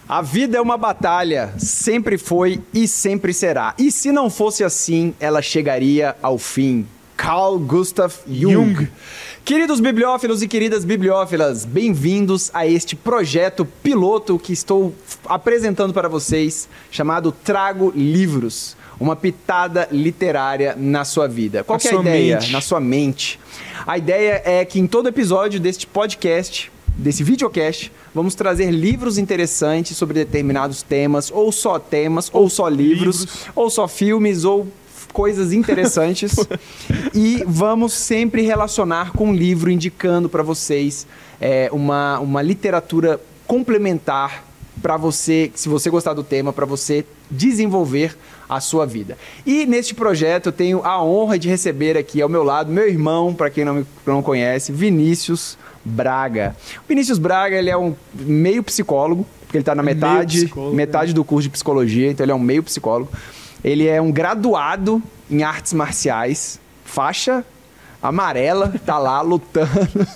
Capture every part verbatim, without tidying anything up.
A vida é uma batalha, sempre foi e sempre será. E se não fosse assim, ela chegaria ao fim. Carl Gustav Jung. Jung. Queridos bibliófilos e queridas bibliófilas, bem-vindos a este projeto piloto que estou apresentando para vocês, chamado Trago Livros, uma pitada literária na sua vida. Qual que é a ideia? Na sua mente. A ideia é que em todo episódio deste podcast, desse videocast, vamos trazer livros interessantes sobre determinados temas, ou só temas, ou, ou só livros, livros, ou só filmes, ou coisas interessantes. E vamos sempre relacionar com um livro, indicando para vocês é, uma, uma literatura complementar para você, se você gostar do tema, para você desenvolver a sua vida. E neste projeto eu tenho a honra de receber aqui ao meu lado meu irmão, para quem não me não conhece, Vinícius Braga. O Vinícius Braga, ele é um meio psicólogo, porque ele está na metade, metade do curso de psicologia, então ele é um meio psicólogo. Ele é um graduado em artes marciais, faixa amarela, tá lá lutando.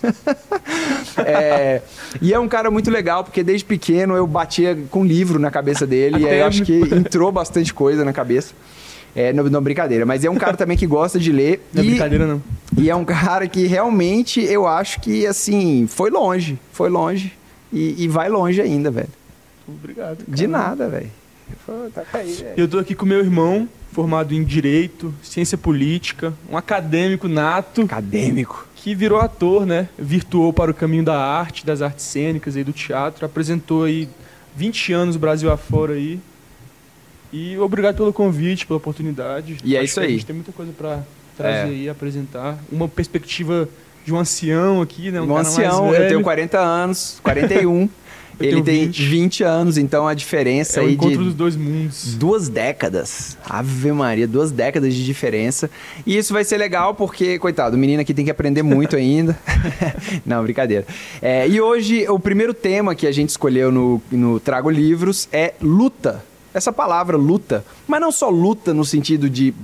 é, e é um cara muito legal, porque desde pequeno eu batia com livro na cabeça dele, e aí eu acho que entrou bastante coisa na cabeça. É, não, não brincadeira, mas é um cara também que gosta de ler. Não é e, brincadeira, não. E é um cara que realmente eu acho que, assim, foi longe, foi longe e, e vai longe ainda, velho. Obrigado. Cara. De nada, velho. Tá aí, velho. Eu tô aqui com meu irmão, formado em Direito, Ciência Política, um acadêmico nato. Acadêmico. Que virou ator, né? Virtuou para o caminho da arte, das artes cênicas e do teatro. Apresentou aí vinte anos Brasil afora aí. E obrigado pelo convite, pela oportunidade. E é Acho isso que aí. A gente tem muita coisa para trazer é. aí, apresentar. Uma perspectiva de um ancião aqui, né? Um, um cara ancião, mais velho. Eu tenho quarenta anos, quarenta e um. Ele tem vinte. vinte anos, então a diferença é aí o encontro de dos dois mundos. Duas décadas. Ave Maria, duas décadas de diferença. E isso vai ser legal porque, coitado, o menino aqui tem que aprender muito ainda. Não, brincadeira. É, e hoje, o primeiro tema que a gente escolheu no, no Trago Livros é luta. Essa palavra, luta. Mas não só luta no sentido de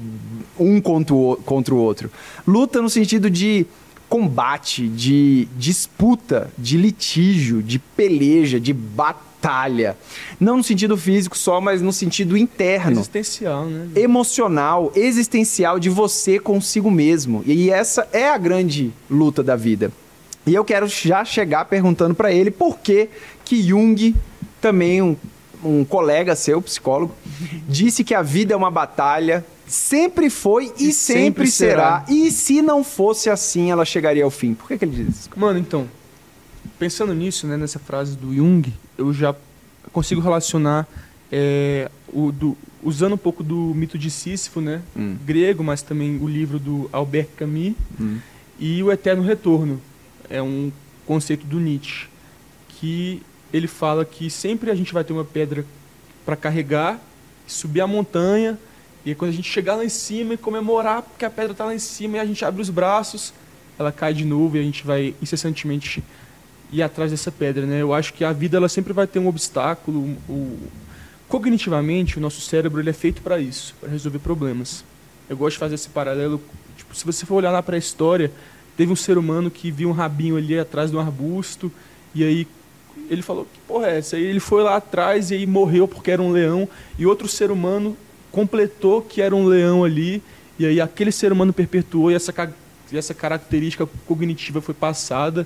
um contra o, contra o outro. Luta no sentido de combate, de disputa, de litígio, de peleja, de batalha. Não no sentido físico só, mas no sentido interno. Existencial, né? Emocional, existencial de você consigo mesmo. E essa é a grande luta da vida. E eu quero já chegar perguntando para ele por que que Jung, também um, um colega seu, psicólogo, disse que a vida é uma batalha. Sempre foi e, e sempre, sempre será. será. E se não fosse assim, ela chegaria ao fim. Por que, que ele diz isso? Mano, então, pensando nisso, né, nessa frase do Jung, eu já consigo relacionar, é, o, do, usando um pouco do mito de Sísifo, né, hum. grego, mas também o livro do Albert Camus, hum. e o Eterno Retorno. É um conceito do Nietzsche, que ele fala que sempre a gente vai ter uma pedra para carregar, subir a montanha. E quando a gente chegar lá em cima e comemorar porque a pedra está lá em cima e a gente abre os braços, ela cai de novo e a gente vai incessantemente ir atrás dessa pedra, né? Eu acho que a vida ela sempre vai ter um obstáculo. O... Cognitivamente, o nosso cérebro ele é feito para isso, para resolver problemas. Eu gosto de fazer esse paralelo. Tipo, se você for olhar na pré-história, teve um ser humano que viu um rabinho ali atrás de um arbusto e aí ele falou, que porra é essa? Aí ele foi lá atrás e aí morreu porque era um leão e outro ser humano completou que era um leão ali, e aí aquele ser humano perpetuou e essa, e essa característica cognitiva foi passada,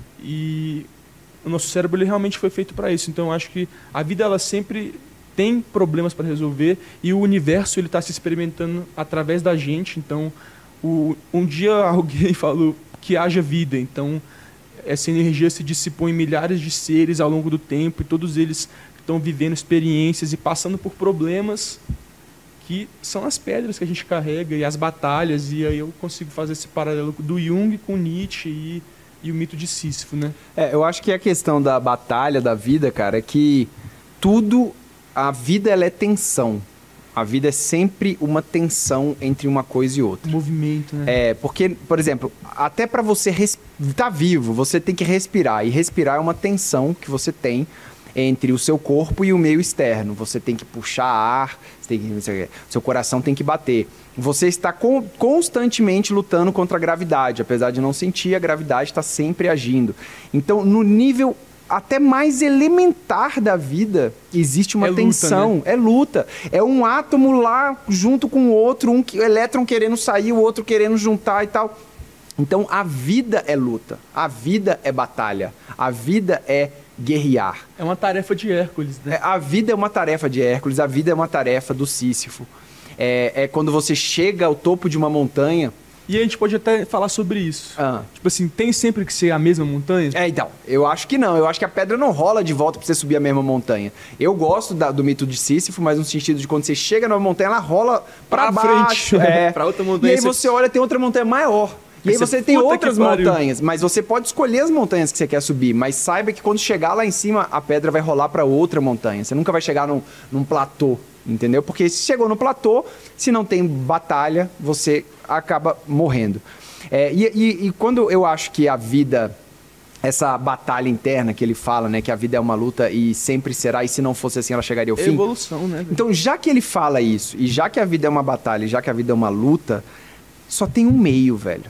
e o nosso cérebro ele realmente foi feito para isso. Então eu acho que a vida ela sempre tem problemas para resolver, e o universo ele está se experimentando através da gente. Então o, um dia alguém falou que haja vida, então essa energia se dissipou em milhares de seres ao longo do tempo, e todos eles estão vivendo experiências e passando por problemas que são as pedras que a gente carrega e as batalhas, e aí eu consigo fazer esse paralelo do Jung com Nietzsche e, e o mito de Sísifo, né? É, eu acho que a questão da batalha da vida, cara, é que tudo, a vida ela é tensão. A vida é sempre uma tensão entre uma coisa e outra. Movimento, né? É, porque, por exemplo, até para você estar tá vivo, você tem que respirar, e respirar é uma tensão que você tem entre o seu corpo e o meio externo. Você tem que puxar ar, você tem que, seu coração tem que bater. Você está com, constantemente lutando contra a gravidade. Apesar de não sentir, a gravidade está sempre agindo. Então, no nível até mais elementar da vida, existe uma É luta, tensão, né? é luta. É um átomo lá junto com o outro, um que- o elétron querendo sair, o outro querendo juntar e tal. Então a vida é luta, a vida é batalha, a vida é guerrear. É uma tarefa de Hércules, né? É, a vida é uma tarefa de Hércules, a vida é uma tarefa do Sísifo. É, é quando você chega ao topo de uma montanha. E a gente pode até falar sobre isso. Ah. Tipo assim, tem sempre que ser a mesma montanha? É, então, eu acho que não. Eu acho que a pedra não rola de volta pra você subir a mesma montanha. Eu gosto da- do mito de Sísifo, mas no sentido de quando você chega numa montanha, ela rola pra, Pra baixo. frente. É. Pra outra montanha E aí você- você olha, tem outra montanha maior. E Aí aí você, você tem puta outras que pariu. montanhas, mas você pode escolher as montanhas que você quer subir, mas saiba que quando chegar lá em cima, a pedra vai rolar pra outra montanha. Você nunca vai chegar num, num platô, entendeu? Porque se chegou no platô, se não tem batalha, você acaba morrendo. É, e, e- e quando eu acho que a vida, essa batalha interna que ele fala, né, que a vida é uma luta e sempre será, e se não fosse assim ela chegaria ao É fim. evolução, né? velho? Então, já que ele fala isso, e já que a vida é uma batalha, e já que a vida é uma luta, só tem um meio, velho.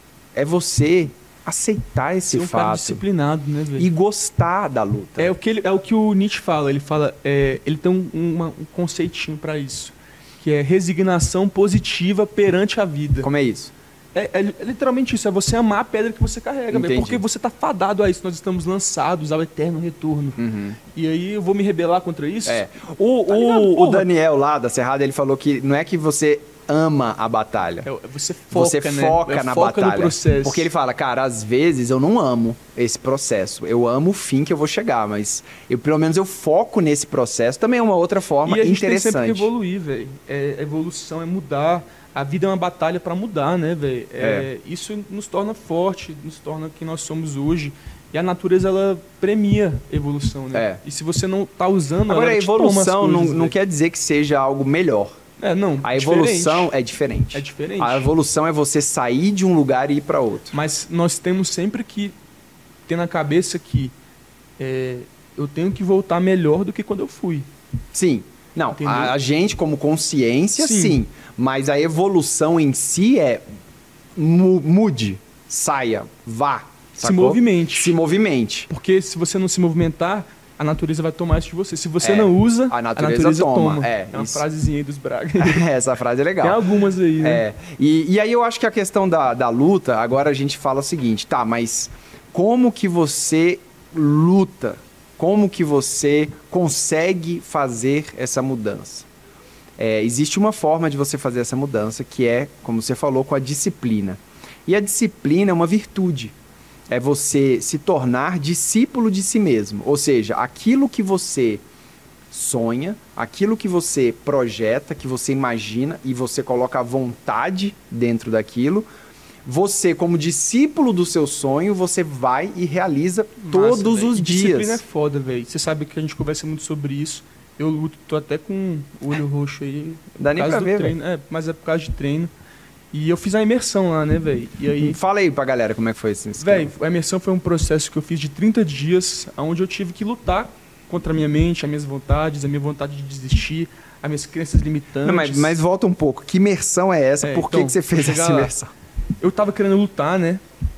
É você aceitar esse Ser um cara fato disciplinado, né, velho? e gostar da luta. É o que, ele, é o que o Nietzsche fala. Ele fala, é, ele tem um, uma- um conceitinho pra isso, que é resignação positiva perante a vida. Como é isso? É, é- é literalmente isso, é você amar a pedra que você carrega, velho, Entendi. porque você tá fadado a isso. Nós estamos lançados ao eterno retorno. E aí eu vou me rebelar contra isso? É. O, Tá ligado, o, o porra? Daniel lá da Cerrada, ele falou que não é que você ama a batalha. É, você foca, Você né? foca É, na foca batalha. no processo. Porque ele fala, cara, às vezes eu não amo esse processo. Eu amo o fim que eu vou chegar, mas eu, pelo menos eu foco nesse processo. Também é uma outra forma E a gente tem sempre interessante. que evoluir, velho. É, evolução é mudar. A vida é uma batalha pra mudar, né, velho? É, Isso nos torna forte, nos torna quem nós somos hoje. E a natureza, ela premia evolução, né? É. E se você não tá usando, Agora, ela a te toma as evolução não, coisas, não velho. quer dizer que seja algo melhor. É, não. A diferente. evolução é diferente. É diferente. A evolução é você sair de um lugar e ir para outro. Mas nós temos sempre que ter na cabeça que é, eu tenho que voltar melhor do que quando eu fui. Sim. Não, Entendeu? a, a gente como consciência, sim. Sim. Mas a evolução em si é mu- mude, saia, vá. Se sacou? movimente. Se movimente. Porque se você não se movimentar, a natureza vai tomar isso de você. Se você É, não usa, a natureza toma, é, uma isso. frasezinha aí dos Braga. Essa frase é legal. Tem algumas aí, né? É, e, e aí eu acho que a questão da, da luta, agora a gente fala o seguinte, tá, mas como que você luta? Como que você consegue fazer essa mudança? É, existe uma forma de você fazer essa mudança que é, como você falou, com a disciplina. E a disciplina é uma virtude. É você se tornar discípulo de si mesmo. Ou seja, aquilo que você sonha, aquilo que você projeta, que você imagina e você coloca a vontade dentro daquilo, você, como discípulo do seu sonho, você vai e realiza Massa, todos véi. os E disciplina é dias. foda, velho. Você sabe que a gente conversa muito sobre isso. Eu luto, tô até com o olho roxo aí. Dá por nem causa pra do ver, treino. É, mas é por causa de treino. E eu fiz a imersão lá, né, velho? E aí, Fala aí pra galera como é que foi esse esquema. velho, a imersão foi um processo que eu fiz de trinta dias, onde eu tive que lutar contra a minha mente, as minhas vontades, a minha vontade de desistir, as minhas crenças limitantes. Não, mas, mas volta um pouco. Que imersão é essa? É, Por que, então, que você fez vou chegar essa lá. imersão? Eu tava querendo lutar, né?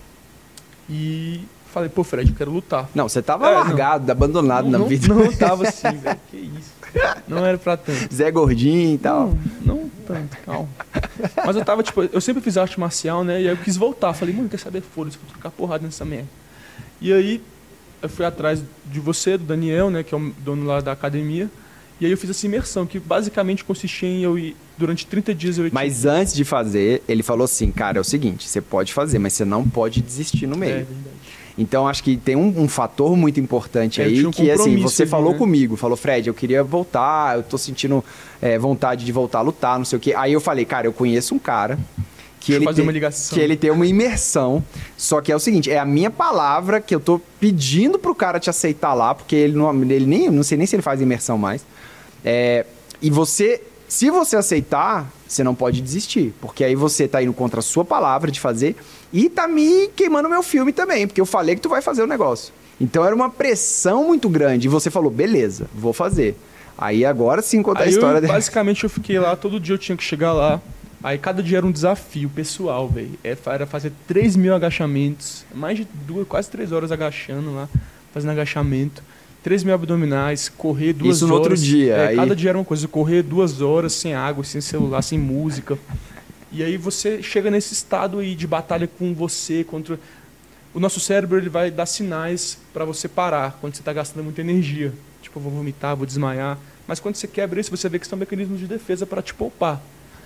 E falei, pô, Fred, eu quero lutar. Não, você tava É, não. largado, abandonado não, na não, vida. Não tava assim, velho. Que isso. Não era pra tanto. Zé Gordinho e tal. Não, não tanto, calma. Mas eu tava, tipo, eu sempre fiz arte marcial, né? E aí eu quis voltar. Falei, mano, quer saber? Foda-se, vou trocar porrada nessa merda. E aí eu fui atrás de você, do Daniel, né? Que é o dono lá da academia. E aí eu fiz essa imersão, que basicamente consistia em eu ir, durante trinta dias eu ia... Mas antes de fazer, ele falou assim, cara, é o seguinte, você pode fazer, mas você não pode desistir no É meio. verdade. Então, acho que tem um, um fator muito importante É, eu aí, tinha um que assim, compromisso você ali, falou né? comigo, falou, Fred, eu queria voltar, eu tô sentindo é, vontade de voltar a lutar, não sei o quê. Aí eu falei, cara, eu conheço um cara que Deixa eu ele, fazer tem, uma ligação. que ele tem uma imersão, só que é o seguinte, é a minha palavra que eu tô pedindo pro cara te aceitar lá, porque ele não, ele nem, não sei nem se ele faz imersão mais. É, e você, se você aceitar, você não pode desistir, porque aí você tá indo contra a sua palavra de fazer e tá me queimando meu filme também, porque eu falei que tu vai fazer o negócio. Então era uma pressão muito grande e você falou, beleza, vou fazer. Aí agora sim conta a Aí história eu, dele. basicamente eu fiquei lá, todo dia eu tinha que chegar lá. Aí cada dia era um desafio pessoal, velho. É, era fazer três mil agachamentos, mais de duas, quase três horas agachando lá, fazendo agachamento, três mil abdominais, correr duas Isso no horas. outro dia. É, aí... Cada dia era uma coisa, correr duas horas sem água, sem celular, sem música. E aí você chega nesse estado aí de batalha com você, contra... O nosso cérebro ele vai dar sinais para você parar, quando você está gastando muita energia. Tipo, eu vou vomitar, vou desmaiar. Mas quando você quebra isso, você vê que são mecanismos de defesa para te poupar.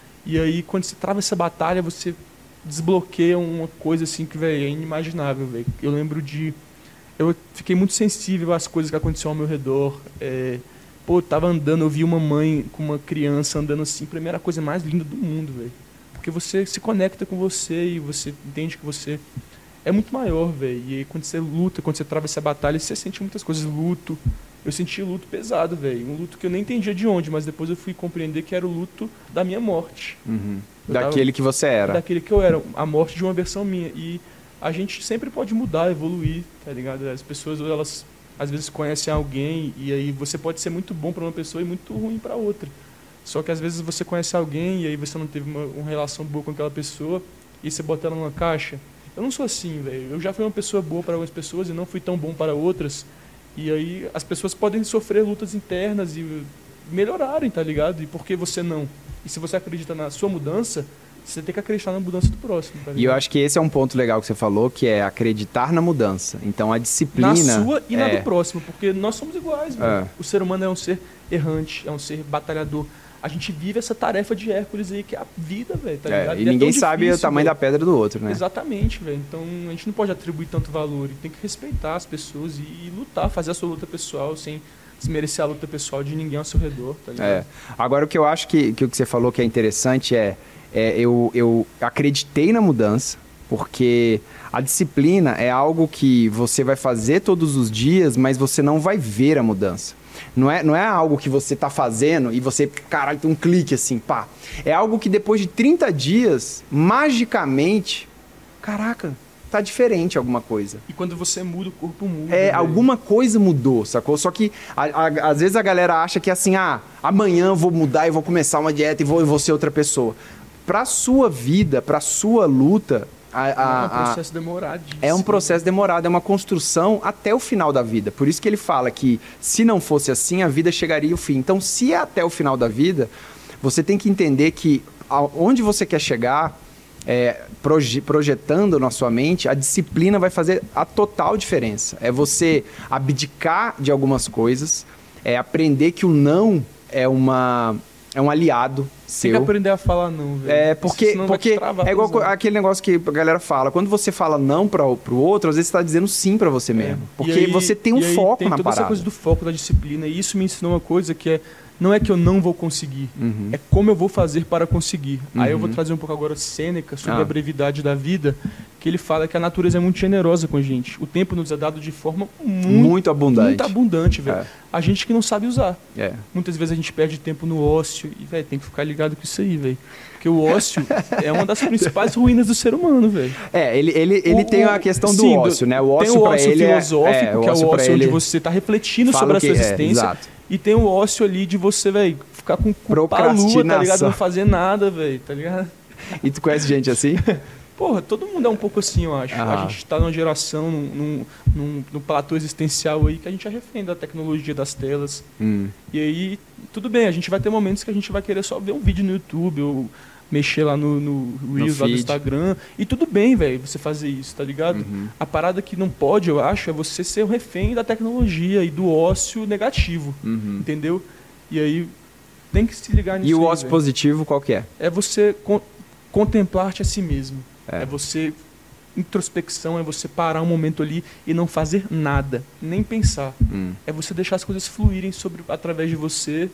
E aí, quando você trava essa batalha, você desbloqueia uma coisa assim que, velho, é inimaginável, velho. Eu lembro de... Eu fiquei muito sensível às coisas que aconteciam ao meu redor. É... Pô, eu tava andando, eu vi uma mãe com uma criança andando assim. Pra mim era a coisa mais linda do mundo, velho. Porque você se conecta com você e você entende que você é muito maior, velho. E aí, quando você luta, quando você trava essa batalha, você sente muitas coisas. Luto. Eu senti luto pesado, velho. Um luto que eu nem entendia de onde, mas depois eu fui compreender que era o luto da minha morte. Uhum. Daquele tava, que você era. Daquele que eu era. A morte de uma versão minha. E a gente sempre pode mudar, evoluir, tá ligado? As pessoas, elas às vezes conhecem alguém e aí você pode ser muito bom para uma pessoa e muito ruim para outra. Só que às vezes você conhece alguém e aí você não teve uma, uma relação boa com aquela pessoa e você bota ela numa caixa. Eu não sou assim, velho. Eu já fui uma pessoa boa para algumas pessoas e não fui tão bom para outras. E aí as pessoas podem sofrer lutas internas e melhorarem, tá ligado? E por que você não? E se você acredita na sua mudança, você tem que acreditar na mudança do próximo. Tá ligado? E eu acho que esse é um ponto legal que você falou, que é acreditar na mudança. Então a disciplina... Na sua e é... na do próximo, porque nós somos iguais, velho. É. O ser humano é um ser errante, é um ser batalhador. A gente vive essa tarefa de Hércules aí, que é a vida, velho, tá ligado? É, e, e ninguém é sabe difícil, o tamanho véio. da pedra do outro, né? Exatamente, velho. Então a gente não pode atribuir tanto valor. Tem que respeitar as pessoas e, e lutar, fazer a sua luta pessoal sem desmerecer a luta pessoal de ninguém ao seu redor, tá ligado? É. Agora o que eu acho que, que o que você falou que é interessante é, é eu, eu acreditei na mudança, porque a disciplina é algo que você vai fazer todos os dias, mas você não vai ver a mudança. Não é, não é algo que você tá fazendo e você, caralho, tem um clique assim, pá. É algo que depois de trinta dias, magicamente, caraca, tá diferente alguma coisa. E quando você muda, o corpo muda. É, velho. alguma coisa mudou, sacou? Só que a, a, às vezes a galera acha que assim, ah, amanhã eu vou mudar e vou começar uma dieta e vou, eu vou ser outra pessoa. Pra sua vida, pra sua luta... A, a, é um processo demorado. É um processo demorado, é uma construção até o final da vida. Por isso que ele fala que se não fosse assim, a vida chegaria ao fim. Então, se é até o final da vida, você tem que entender que onde você quer chegar, é, proje projetando na sua mente, a disciplina vai fazer a total diferença. É você abdicar de algumas coisas, é aprender que o não é uma... é um aliado seu. Tem que aprender a falar não, velho. É, porque, porque é igual visão. aquele negócio que a galera fala. Quando você fala não para o outro, às vezes você está dizendo sim para você mesmo. É. Porque aí, você tem um foco tem na toda parada. Essa coisa do foco, da disciplina. E isso me ensinou uma coisa que é... Não é que eu não vou conseguir. Uhum. É como eu vou fazer para conseguir. Uhum. Aí eu vou trazer um pouco agora Sêneca sobre ah. a brevidade da vida. Que ele fala que a natureza é muito generosa com a gente. O tempo nos é dado de forma muito, muito abundante. Muito abundante, velho. É. A gente que não sabe usar. É. Muitas vezes a gente perde tempo no ócio. E, velho, tem que ficar ligado com isso aí, velho. Porque o ócio é uma das principais ruínas do ser humano, velho. É, ele, ele, ele o, tem a questão do sim, ócio, né? O ócio, tem o ócio ele filosófico, é, é, que é o ócio onde ele... você está refletindo sobre a sua existência. É, e tem o ócio ali de você, velho, ficar com culpa a lua, tá ligado? Não fazer nada, velho, tá ligado? E tu conhece gente assim? Porra, todo mundo é um pouco assim, eu acho. Ah. A gente tá numa geração, num, num, num, num platô existencial aí que a gente é refém da tecnologia das telas. Hum. E aí, tudo bem, a gente vai ter momentos que a gente vai querer só ver um vídeo no YouTube ou mexer lá no, no Reels, no lá do Instagram. E tudo bem, velho, você fazer isso, tá ligado? Uhum. A parada que não pode, eu acho, é você ser um refém da tecnologia e do ócio negativo, uhum. entendeu? E aí, tem que se ligar nisso. E o aí, ócio véio. positivo qual que é? É você con contemplar-te a si mesmo. É. É você... Introspecção é você parar um momento ali e não fazer nada, nem pensar. Hum. É você deixar as coisas fluírem sobre, através de você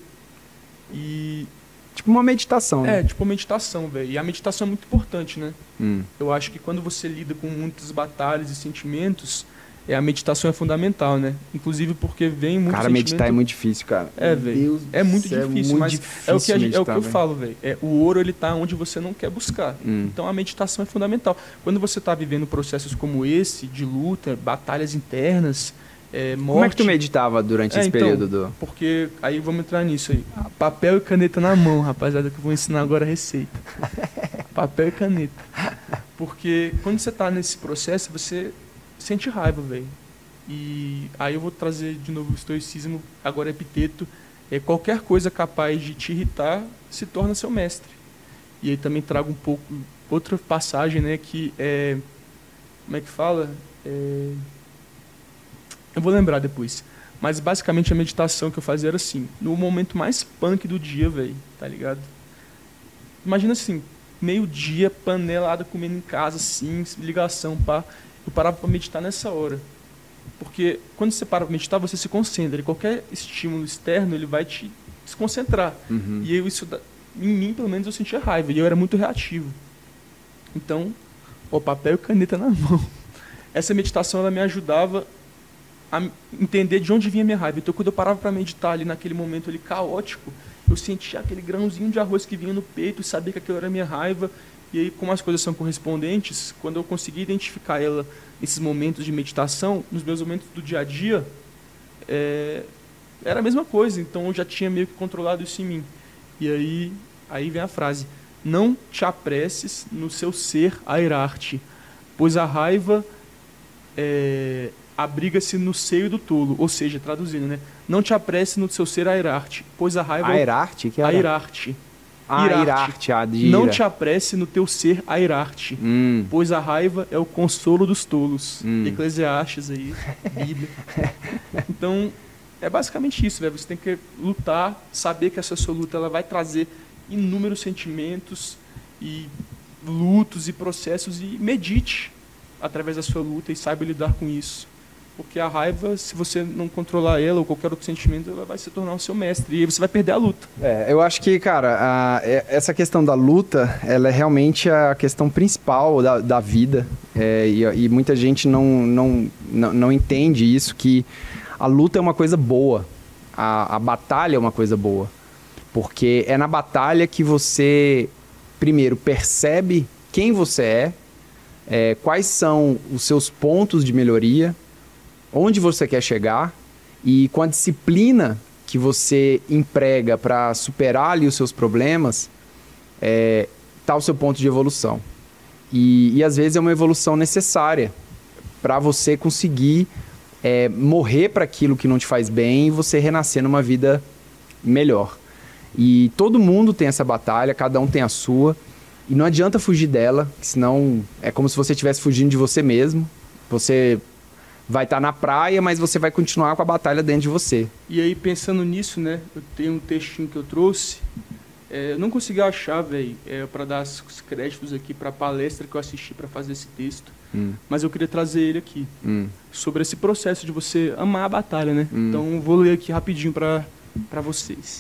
e... Tipo uma meditação, né? É, tipo uma meditação, velho. E a meditação é muito importante, né? Hum. Eu acho que quando você lida com muitas batalhas e sentimentos, é, a meditação é fundamental, né? Inclusive porque vem muito Cara, sentimento... meditar é muito difícil, cara. É, velho. É muito difícil, é muito mas difícil é o que, a, meditar, é o que eu véio. falo, velho. É, o ouro, ele tá onde você não quer buscar. Hum. Então a meditação é fundamental. Quando você tá vivendo processos como esse, de luta, batalhas internas, é, morte... Como é que tu meditava durante é, esse então, período? Do... Porque aí vamos entrar nisso aí. Papel e caneta na mão, rapaziada, que eu vou ensinar agora a receita. Papel e caneta. Porque quando você tá nesse processo, você sente raiva, velho. E aí eu vou trazer de novo o estoicismo, agora epiteto. É, qualquer coisa capaz de te irritar se torna seu mestre. E aí também trago um pouco outra passagem, né, que é, como é que fala? É, eu vou lembrar depois. Mas basicamente a meditação que eu fazia era assim, no momento mais punk do dia, velho, tá ligado? Imagina assim, meio-dia, panelada comendo em casa, assim, ligação, pá. Eu parava para meditar nessa hora. Porque quando você para para meditar, você se concentra. E qualquer estímulo externo, ele vai te desconcentrar. Uhum. E eu, isso, em mim, pelo menos, eu sentia raiva. E eu era muito reativo. Então, o papel e caneta na mão. Essa meditação, ela me ajudava a entender de onde vinha a minha raiva. Então, quando eu parava para meditar ali, naquele momento ali caótico, eu sentia aquele grãozinho de arroz que vinha no peito e sabia que aquilo era a minha raiva. E aí, como as coisas são correspondentes, quando eu consegui identificar ela nesses momentos de meditação, nos meus momentos do dia a dia, é, era a mesma coisa. Então, eu já tinha meio que controlado isso em mim. E aí, aí vem a frase: não te apresses no seu ser a irar-te, pois a raiva é, abriga-se no seio do tolo. Ou seja, traduzindo, né? Não te apresses no seu ser a irar-te, pois a raiva... A irar-te? Que é a irar-te. Ah, irar-te. Ah, de ira. Não te apresse no teu ser a irar-te, hum. pois a raiva é o consolo dos tolos. Hum. Eclesiastes aí, Bíblia. Então, é basicamente isso, velho. Você tem que lutar, saber que essa sua luta ela vai trazer inúmeros sentimentos e lutos e processos, e medite através da sua luta e saiba lidar com isso. Porque a raiva, se você não controlar ela ou qualquer outro sentimento, ela vai se tornar o seu mestre e aí você vai perder a luta. É, eu acho que, cara, a, essa questão da luta, ela é realmente a questão principal da, da vida. É, e, e muita gente não, não, não, não entende isso, que a luta é uma coisa boa, a, a batalha é uma coisa boa. Porque é na batalha que você, primeiro, percebe quem você é, é quais são os seus pontos de melhoria, onde você quer chegar, e com a disciplina que você emprega para superar ali os seus problemas, é, tá o seu ponto de evolução. E, e às vezes é uma evolução necessária para você conseguir é, morrer para aquilo que não te faz bem e você renascer numa vida melhor. E todo mundo tem essa batalha, cada um tem a sua, e não adianta fugir dela, senão é como se você estivesse fugindo de você mesmo. Você vai estar na praia, mas você vai continuar com a batalha dentro de você. E aí, pensando nisso, né, eu tenho um textinho que eu trouxe, é, eu não consegui achar, velho, é, para dar os créditos aqui para a palestra que eu assisti para fazer esse texto, hum. mas eu queria trazer ele aqui, hum. sobre esse processo de você amar a batalha, né? Hum. Então, vou ler aqui rapidinho para para vocês.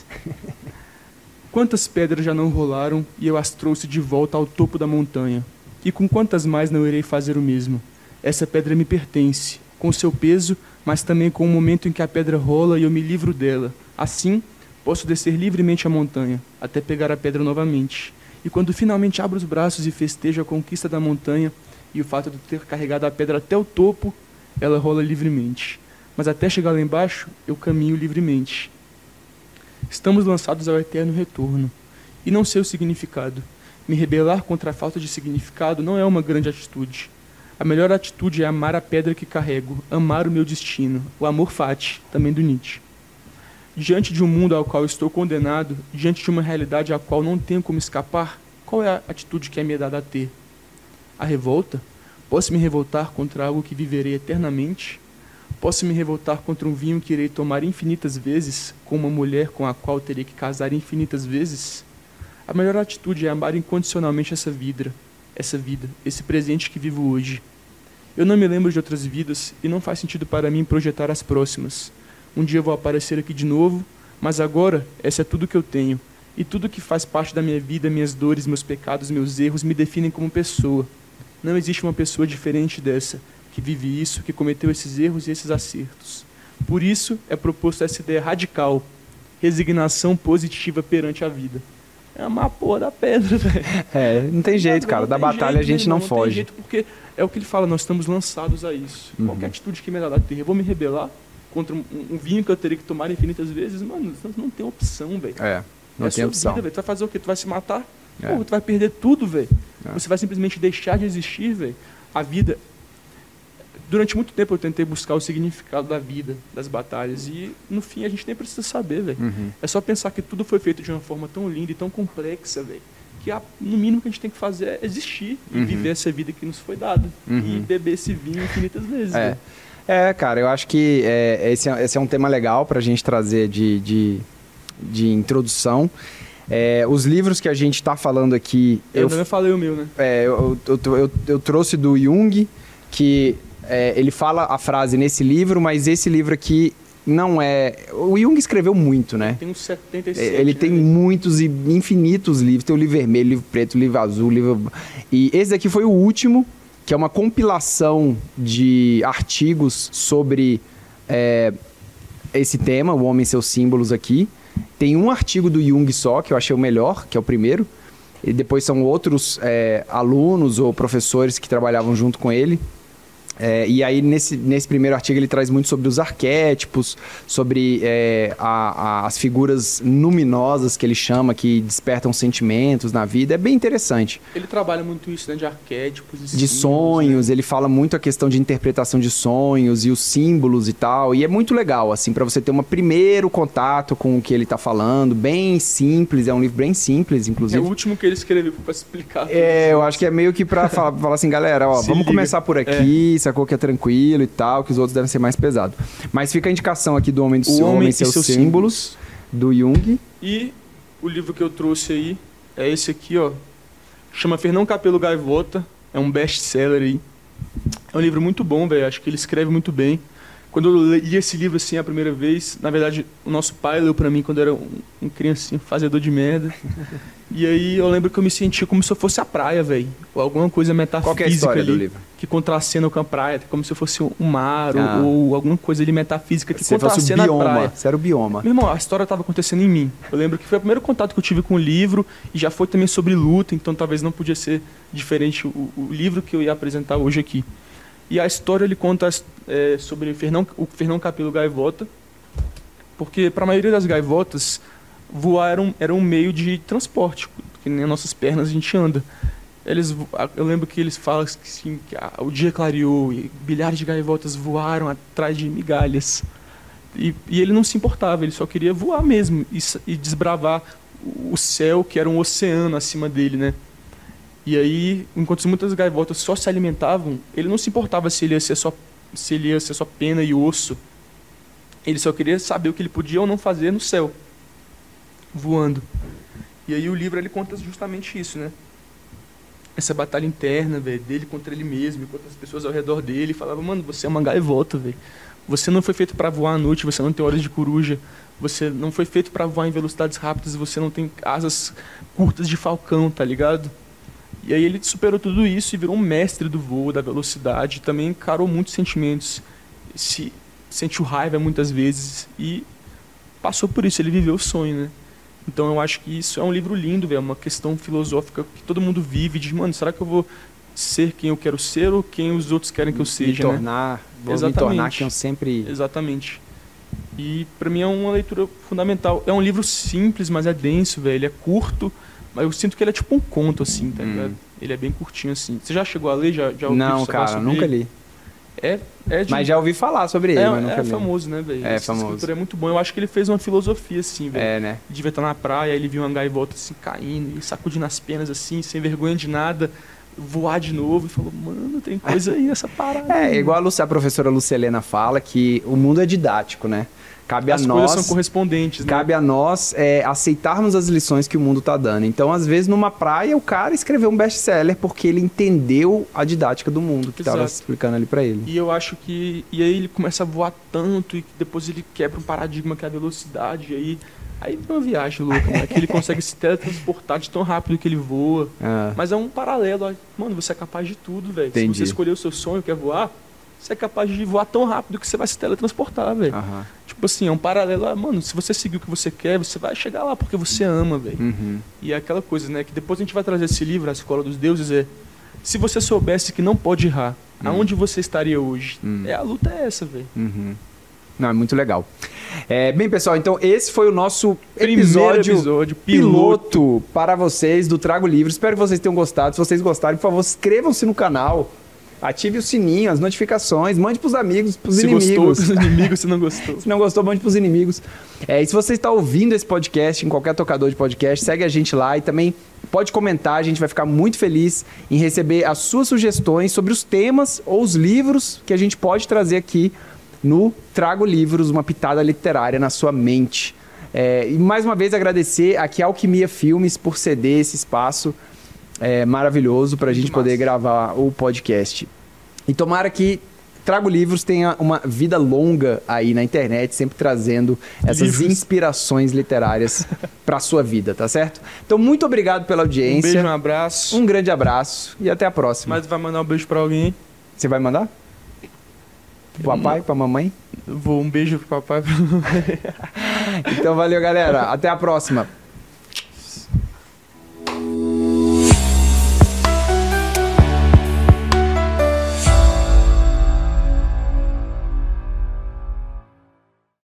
Quantas pedras já não rolaram e eu as trouxe de volta ao topo da montanha? E com quantas mais não irei fazer o mesmo? Essa pedra me pertence, com seu peso, mas também com o momento em que a pedra rola e eu me livro dela. Assim, posso descer livremente a montanha, até pegar a pedra novamente. E quando finalmente abro os braços e festejo a conquista da montanha e o fato de ter carregado a pedra até o topo, ela rola livremente. Mas até chegar lá embaixo, eu caminho livremente. Estamos lançados ao eterno retorno. E não sei o significado. Me rebelar contra a falta de significado não é uma grande atitude. A melhor atitude é amar a pedra que carrego, amar o meu destino, o amor fati, também do Nietzsche. Diante de um mundo ao qual estou condenado, diante de uma realidade à qual não tenho como escapar, qual é a atitude que é me dada a ter? A revolta? Posso me revoltar contra algo que viverei eternamente? Posso me revoltar contra um vinho que irei tomar infinitas vezes, com uma mulher com a qual terei que casar infinitas vezes? A melhor atitude é amar incondicionalmente essa vida, essa vida, esse presente que vivo hoje. Eu não me lembro de outras vidas e não faz sentido para mim projetar as próximas. Um dia vou aparecer aqui de novo, mas agora essa é tudo que eu tenho. E tudo que faz parte da minha vida, minhas dores, meus pecados, meus erros, me definem como pessoa. Não existe uma pessoa diferente dessa, que vive isso, que cometeu esses erros e esses acertos. Por isso é proposto essa ideia radical, resignação positiva perante a vida. É amar a porra da pedra, velho. É, não tem jeito, cara. Da batalha a gente não foge. Não tem jeito, porque é o que ele fala, nós estamos lançados a isso. Uhum. Qualquer atitude que me dá da terra, eu vou me rebelar contra um, um vinho que eu teria que tomar infinitas vezes, mano, não tem opção, velho. É, não é tem opção. Vida, tu vai fazer o quê? Tu vai se matar? É. Pô, tu vai perder tudo, velho. É. Você vai simplesmente deixar de existir, velho. A vida... durante muito tempo eu tentei buscar o significado da vida, das batalhas, e no fim a gente nem precisa saber, velho. Uhum. É só pensar que tudo foi feito de uma forma tão linda e tão complexa, velho, que a, no mínimo que a gente tem que fazer é existir e Uhum. viver essa vida que nos foi dada. Uhum. E beber esse vinho infinitas vezes, É. velho. É, cara, eu acho que é, esse, é, esse é um tema legal pra gente trazer de, de, de introdução. É, os livros que a gente tá falando aqui... Eu, eu, também falei o meu, né? é, eu, eu, eu, eu, eu trouxe do Jung, que é, ele fala a frase nesse livro, mas esse livro aqui não é... O Jung escreveu muito, né? Tem uns setenta e sete, Ele né, tem velho? muitos e infinitos livros. Tem o livro vermelho, livro preto, livro azul, livro... E esse daqui foi o último, que é uma compilação de artigos sobre é, esse tema, o homem e seus símbolos aqui. Tem um artigo do Jung só, que eu achei o melhor, que é o primeiro. E depois são outros é, alunos ou professores que trabalhavam junto com ele. É, e aí, nesse, nesse primeiro artigo, ele traz muito sobre os arquétipos, sobre é, a, a, as figuras luminosas que ele chama, que despertam sentimentos na vida. É bem interessante. Ele trabalha muito isso, né? De arquétipos e De símbolos, sonhos, né? ele fala muito a questão de interpretação de sonhos e os símbolos e tal. E é muito legal, assim, para você ter um primeiro contato com o que ele tá falando. Bem simples, é um livro bem simples, É inclusive. o último que ele escreveu pra explicar. É, eu acho que é meio que pra falar, falar assim, galera, ó, Se vamos liga. começar por aqui, sacou que é tranquilo e tal, que os outros devem ser mais pesados. Mas fica a indicação aqui do Homem, do O Seu- Homem Homem e e Seus Seus Símbolos, do Jung. E o livro que eu trouxe aí é esse aqui, ó. Chama Fernão Capelo Gaivota. É um best-seller aí. É um livro muito bom, velho. Acho que ele escreve muito bem. Quando eu li esse livro assim a primeira vez, na verdade, o nosso pai leu pra mim quando eu era um, um criancinho, fazedor de merda. E aí eu lembro que eu me sentia como se eu fosse a praia, velho. Ou alguma coisa metafísica Qual que é a história ali, do livro? que contracena com a praia, como se eu fosse um mar, Ah. ou, ou alguma coisa ali metafísica que Se fosse o contracena a praia. bioma, se era o bioma. Meu irmão, a história estava acontecendo em mim. Eu lembro que foi o primeiro contato que eu tive com o livro e já foi também sobre luta, então talvez não podia ser diferente o, o livro que eu ia apresentar hoje aqui. E a história ele conta é, sobre Fernão, o Fernão Capelo Gaivota, porque para a maioria das gaivotas, voar era um, era um meio de transporte, que nem as nossas pernas a gente anda. Eles, vo- a- eu lembro que eles falam que, assim, que ah, o dia clareou e bilhares de gaivotas voaram atrás de migalhas. E, e ele não se importava, ele só queria voar mesmo e, s- e desbravar o o céu, que era um oceano acima dele, né? E aí, enquanto muitas gaivotas só se alimentavam, ele não se importava se ele ia ser só, se ele ia ser só pena e osso. Ele só queria saber o que ele podia ou não fazer no céu, voando. E aí o livro ele conta justamente isso, né? Essa batalha interna, velho, dele contra ele mesmo, e contra as pessoas ao redor dele. E falava, mano, você é uma gaivota, velho. Você não foi feito para voar à noite, você não tem olhos de coruja. Você não foi feito para voar em velocidades rápidas, você não tem asas curtas de falcão, tá ligado? E aí ele superou tudo isso e virou um mestre do voo, da velocidade. Também encarou muitos sentimentos. Se sentiu raiva muitas vezes e passou por isso, ele viveu o sonho, né? Então eu acho que isso é um livro lindo, velho, uma questão filosófica que todo mundo vive, de, mano, será que eu vou ser quem eu quero ser ou quem os outros querem que eu seja, me né? tornar, vou Exatamente. me tornar quem eu sempre... Exatamente. E pra mim é uma leitura fundamental. É um livro simples, mas é denso, velho, ele é curto, mas eu sinto que ele é tipo um conto, assim, tá Hum. ligado? Ele é bem curtinho, assim. Você já chegou a ler? Já, já ouviu Não, falar cara, sobre nunca ele? li. É, é de... Mas já ouvi falar sobre ele, é, mas nunca é li. famoso, né, velho? É Esse famoso. escritor é muito bom. Eu acho que ele fez uma filosofia, assim, velho. É, né? Devia estar na praia, aí ele viu uma gaivota assim caindo, e sacudindo as penas assim, sem vergonha de nada, voar de novo e falou, mano, tem coisa aí nessa parada. É, mano." igual a, Luci- a professora Lucelena fala, que o mundo é didático, né? Cabe As a coisas nós... são correspondentes, né? Cabe a nós é, aceitarmos as lições que o mundo tá dando. Então, às vezes, numa praia, o cara escreveu um best-seller porque ele entendeu a didática do mundo que Exato. tava explicando ali pra ele. E eu acho que... E aí ele começa a voar tanto e depois ele quebra um paradigma que é a velocidade. E aí, aí vira uma viagem louca, né? Que ele consegue se teletransportar de tão rápido que ele voa. Ah, Mas é um paralelo. ó. Mano, você é capaz de tudo, velho. Se Entendi. você escolher o seu sonho, quer voar, você é capaz de voar tão rápido que você vai se teletransportar, velho. aham. Tipo assim, é um paralelo. a, Mano, se você seguir o que você quer, você vai chegar lá porque você ama, velho. Uhum. E é aquela coisa, né? Que depois a gente vai trazer esse livro, A Escola dos Deuses, é... Se você soubesse que não pode errar, Hum. aonde você estaria hoje? Hum. É, a luta é essa, velho. Uhum. Não, é muito legal. É, bem, pessoal, então esse foi o nosso Primeiro episódio, episódio, piloto. piloto para vocês do Trago Livro. Espero que vocês tenham gostado. Se vocês gostarem, por favor, inscrevam-se no canal. Ative o sininho, as notificações, mande pros amigos, pros se inimigos. Se gostou, pros inimigos, se não gostou. Se não gostou, mande pros inimigos. É, e se você está ouvindo esse podcast em qualquer tocador de podcast, segue a gente lá e também pode comentar, a gente vai ficar muito feliz em receber as suas sugestões sobre os temas ou os livros que a gente pode trazer aqui no Trago Livros, uma pitada literária na sua mente. É, e mais uma vez agradecer aqui a Alquimia Filmes por ceder esse espaço é, maravilhoso para a gente poder gravar o podcast. E tomara que Trago Livros tenha uma vida longa aí na internet, sempre trazendo essas Livros. inspirações literárias para sua vida, tá certo? Então, muito obrigado pela audiência. Um beijo, um abraço. Um grande abraço e até a próxima. Mas vai mandar um beijo pra alguém? Você vai mandar? Pro papai, pra mamãe? Vou um beijo pro papai. Então, valeu, galera. Até a próxima.